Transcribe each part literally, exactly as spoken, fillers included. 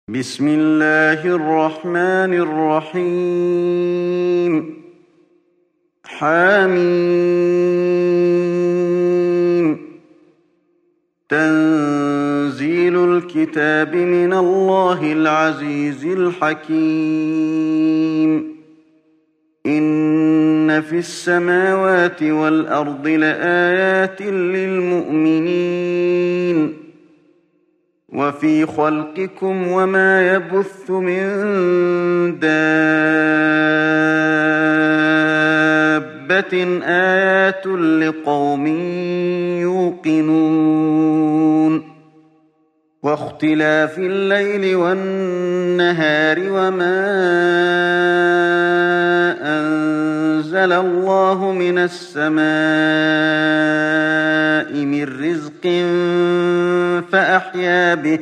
بسم الله الرحمن الرحيم حم تنزيل الكتاب من الله العزيز الحكيم إن في السماوات والأرض لآيات للمؤمنين وفي خلقكم وما يبث من دابة آيات لقوم يوقنون واختلاف الليل والنهار وما أنزل الله من السماء من رزق فأحيا به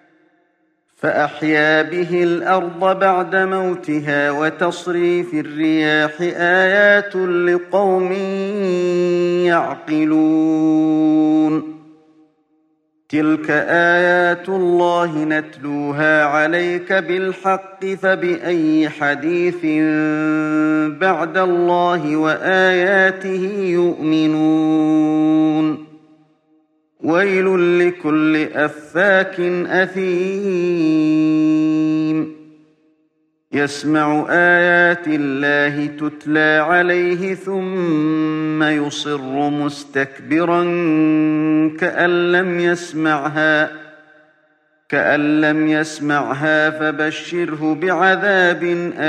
فأحيا به الأرض بعد موتها وتصريف الرياح آيات لقوم يعقلون تلك آيات الله نتلوها عليك بالحق فبأي حديث بعد الله وآياته يؤمنون ويل لكل أفاك أثيم يسمع آيات الله تتلى عليه ثم يصر مستكبرا كأن لم يسمعها كأن لم يسمعها فبشره بعذاب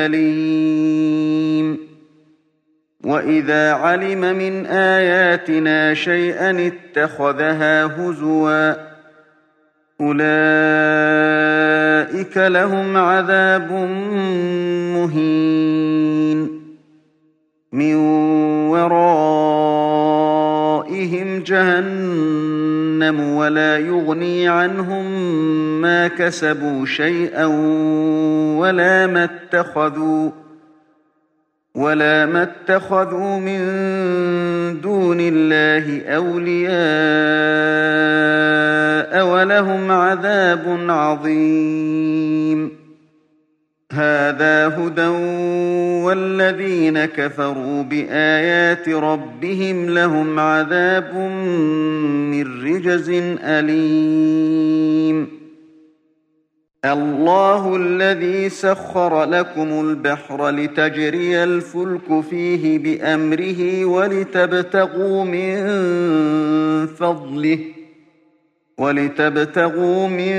أليم وإذا علم من آياتنا شيئا اتخذها هزوا أولئك لهم عذاب مهين من ورائهم جهنم ولا يغني عنهم ما كسبوا شيئا ولا ما اتخذوا ولا ما اتخذوا من دون الله أولياء ولهم عذاب عظيم هذا هدى والذين كفروا بآيات ربهم لهم عذاب من رجز أليم الله الذي سخر لكم البحر لتجري الفلك فيه بأمره ولتبتغوا من فضله ولتبتغوا من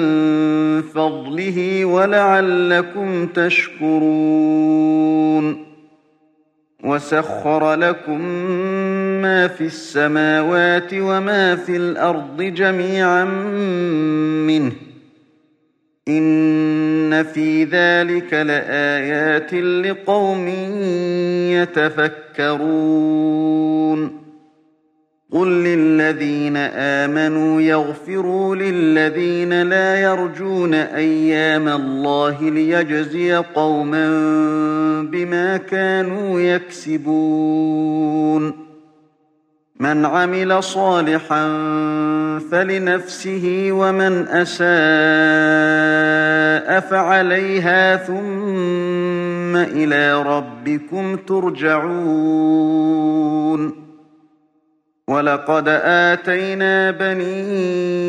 فضله ولعلكم تشكرون وسخر لكم ما في السماوات وما في الأرض جميعا منه إن في ذلك لآيات لقوم يتفكرون قل للذين آمنوا يغفروا للذين لا يرجون أيام الله ليجزي قوما بما كانوا يكسبون من عمل صالحا فلنفسه ومن أساء فعليها ثم إلى ربكم ترجعون ولقد آتينا بني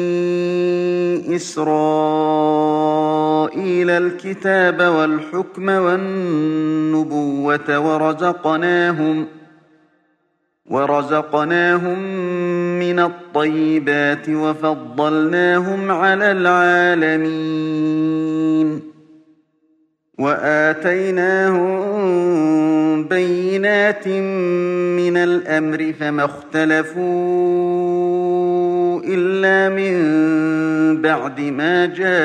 إسرائيل الكتاب والحكم والنبوة ورزقناهم ورزقناهم من الطيبات وفضلناهم على العالمين وآتيناهم بينات من الأمر فما اختلفوا إلا من بعد ما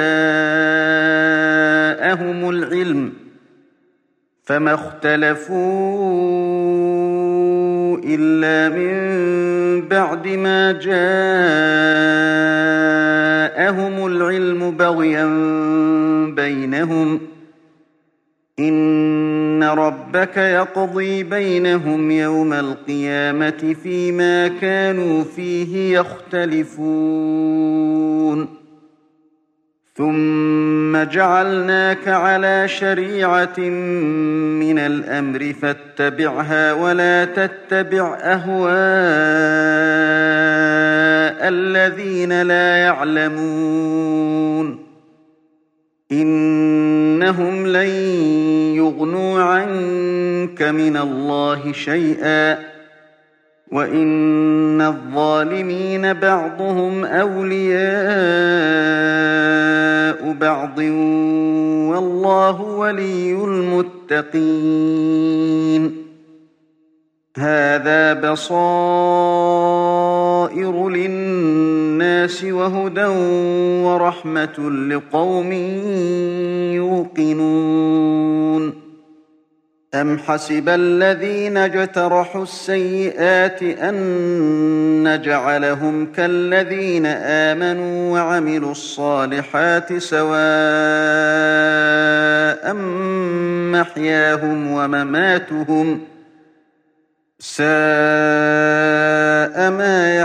جاءهم العلم فما اختلفوا إلا من بعد ما جاءهم العلم بغيا بينهم إن ربك يقضي بينهم يوم القيامة فيما كانوا فيه يختلفون ثم جعلناك على شريعة من الأمر فاتبعها ولا تتبع أهواء الذين لا يعلمون إنهم لن يغنوا عنك من الله شيئا وإن الظالمين بعضهم أولياء بعض والله ولي المتقين هذا بصائر للناس وهدى ورحمة لقوم يوقنون أم حسب الذين اجترحوا السيئات أن نجعلهم كالذين آمنوا وعملوا الصالحات سواء محياهم ومماتهم ساء ما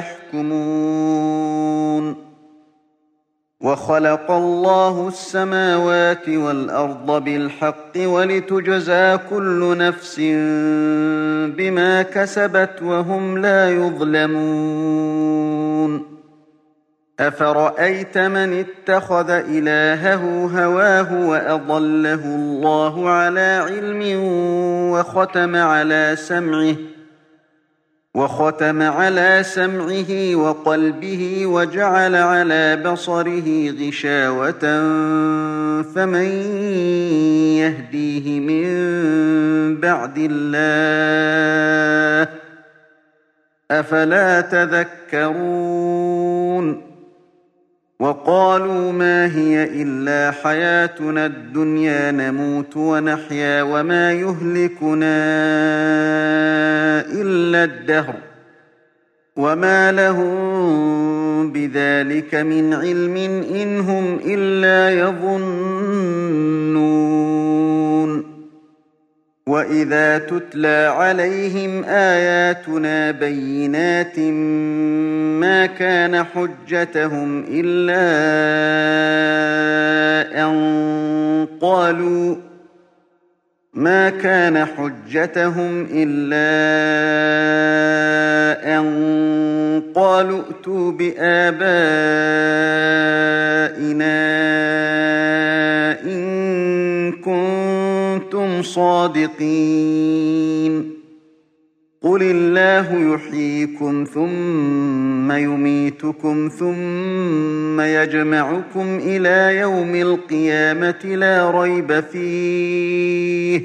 يحكمون وخلق الله السماوات والأرض بالحق ولتجزى كل نفس بما كسبت وهم لا يظلمون أفرأيت من اتخذ إلهه هواه وأضله الله على علم وختم على سمعه وختم على سمعه وقلبه وجعل على بصره غشاوة فمن يهديه من بعد الله أفلا تذكرون وقالوا ما هي إلا حياتنا الدنيا نموت ونحيا وما يهلكنا إلا الدهر وما لهم بذلك من علم إن هم إلا يظنون وإذا تتلى عليهم آياتنا بينات ما كان حجتهم إلا أن قالوا ما كان حجتهم إلا أن قالوا ائتوا بآبائنا إن كنتم صادقين قل الله يحييكم ثم يميتكم ثم يجمعكم إلى يوم القيامة لا ريب فيه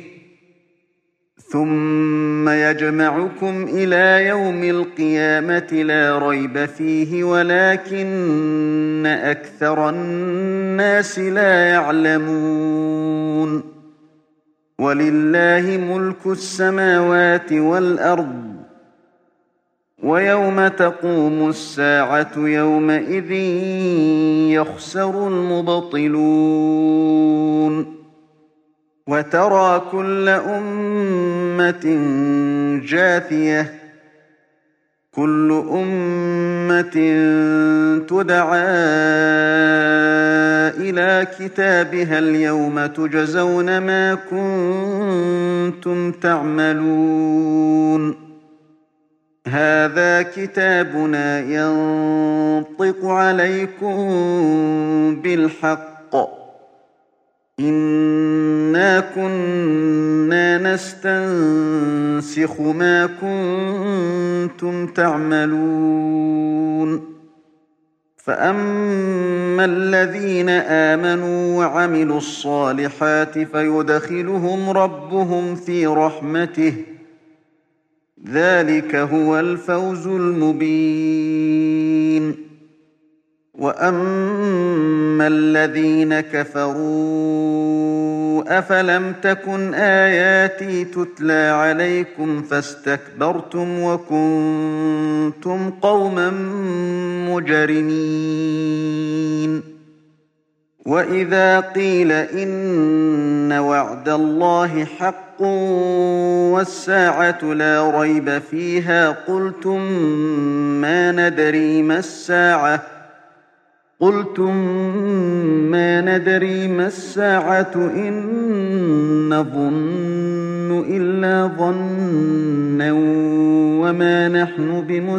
ثم يجمعكم إلى يوم القيامة لا ريب فيه ولكن أكثر الناس لا يعلمون ولله ملك السماوات والأرض ويوم تقوم الساعة يومئذ يخسر المبطلون وترى كل أمة جاثية كل أمة تدعى إلى كتابها اليوم تجزون ما كنتم تعملون هذا كتابنا ينطق عليكم بالحق إنا كنا نستنسخ ما كنتم تعملون فأما الذين آمنوا وعملوا الصالحات فيدخلهم ربهم في رحمته ذلك هو الفوز المبين وأما الذين كفروا أفلم تكن آياتي تتلى عليكم فاستكبرتم وكنتم قوما مجرمين وإذا قيل إن وعد الله حق والساعة لا ريب فيها قلتم ما ندري ما الساعة قلتم ما ندري ما الساعة إن نظن إلا ظنا وما نحن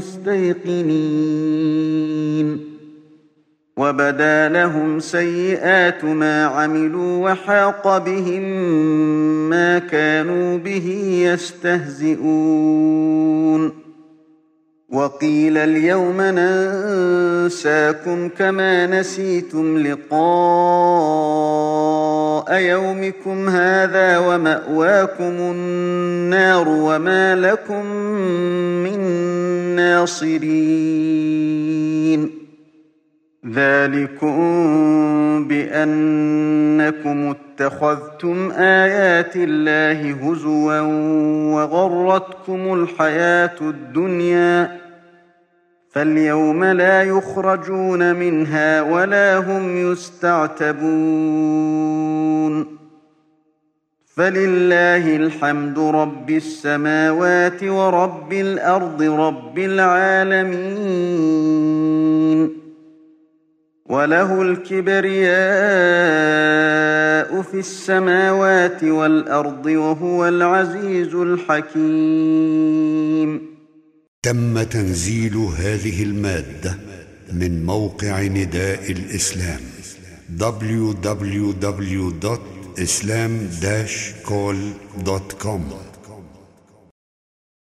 بمستيقنين وبدا لهم سيئات ما عملوا وحاق بهم ما كانوا به يستهزئون وقيل اليوم ننساكم كما نسيتم لقاء يومكم هذا ومأواكم النار وما لكم من ناصرين ذلكم بأنكم اتخذتم آيات الله هزوا وغرتكم الحياة الدنيا فاليوم لا يخرجون منها ولا هم يستعتبون فلله الحمد رب السماوات ورب الأرض رب العالمين وله الكبرياء في السماوات والأرض وهو العزيز الحكيم. تم تنزيل هذه المادة من موقع نداء الإسلام دبليو دبليو دبليو دوت إسلام داش كول دوت كوم.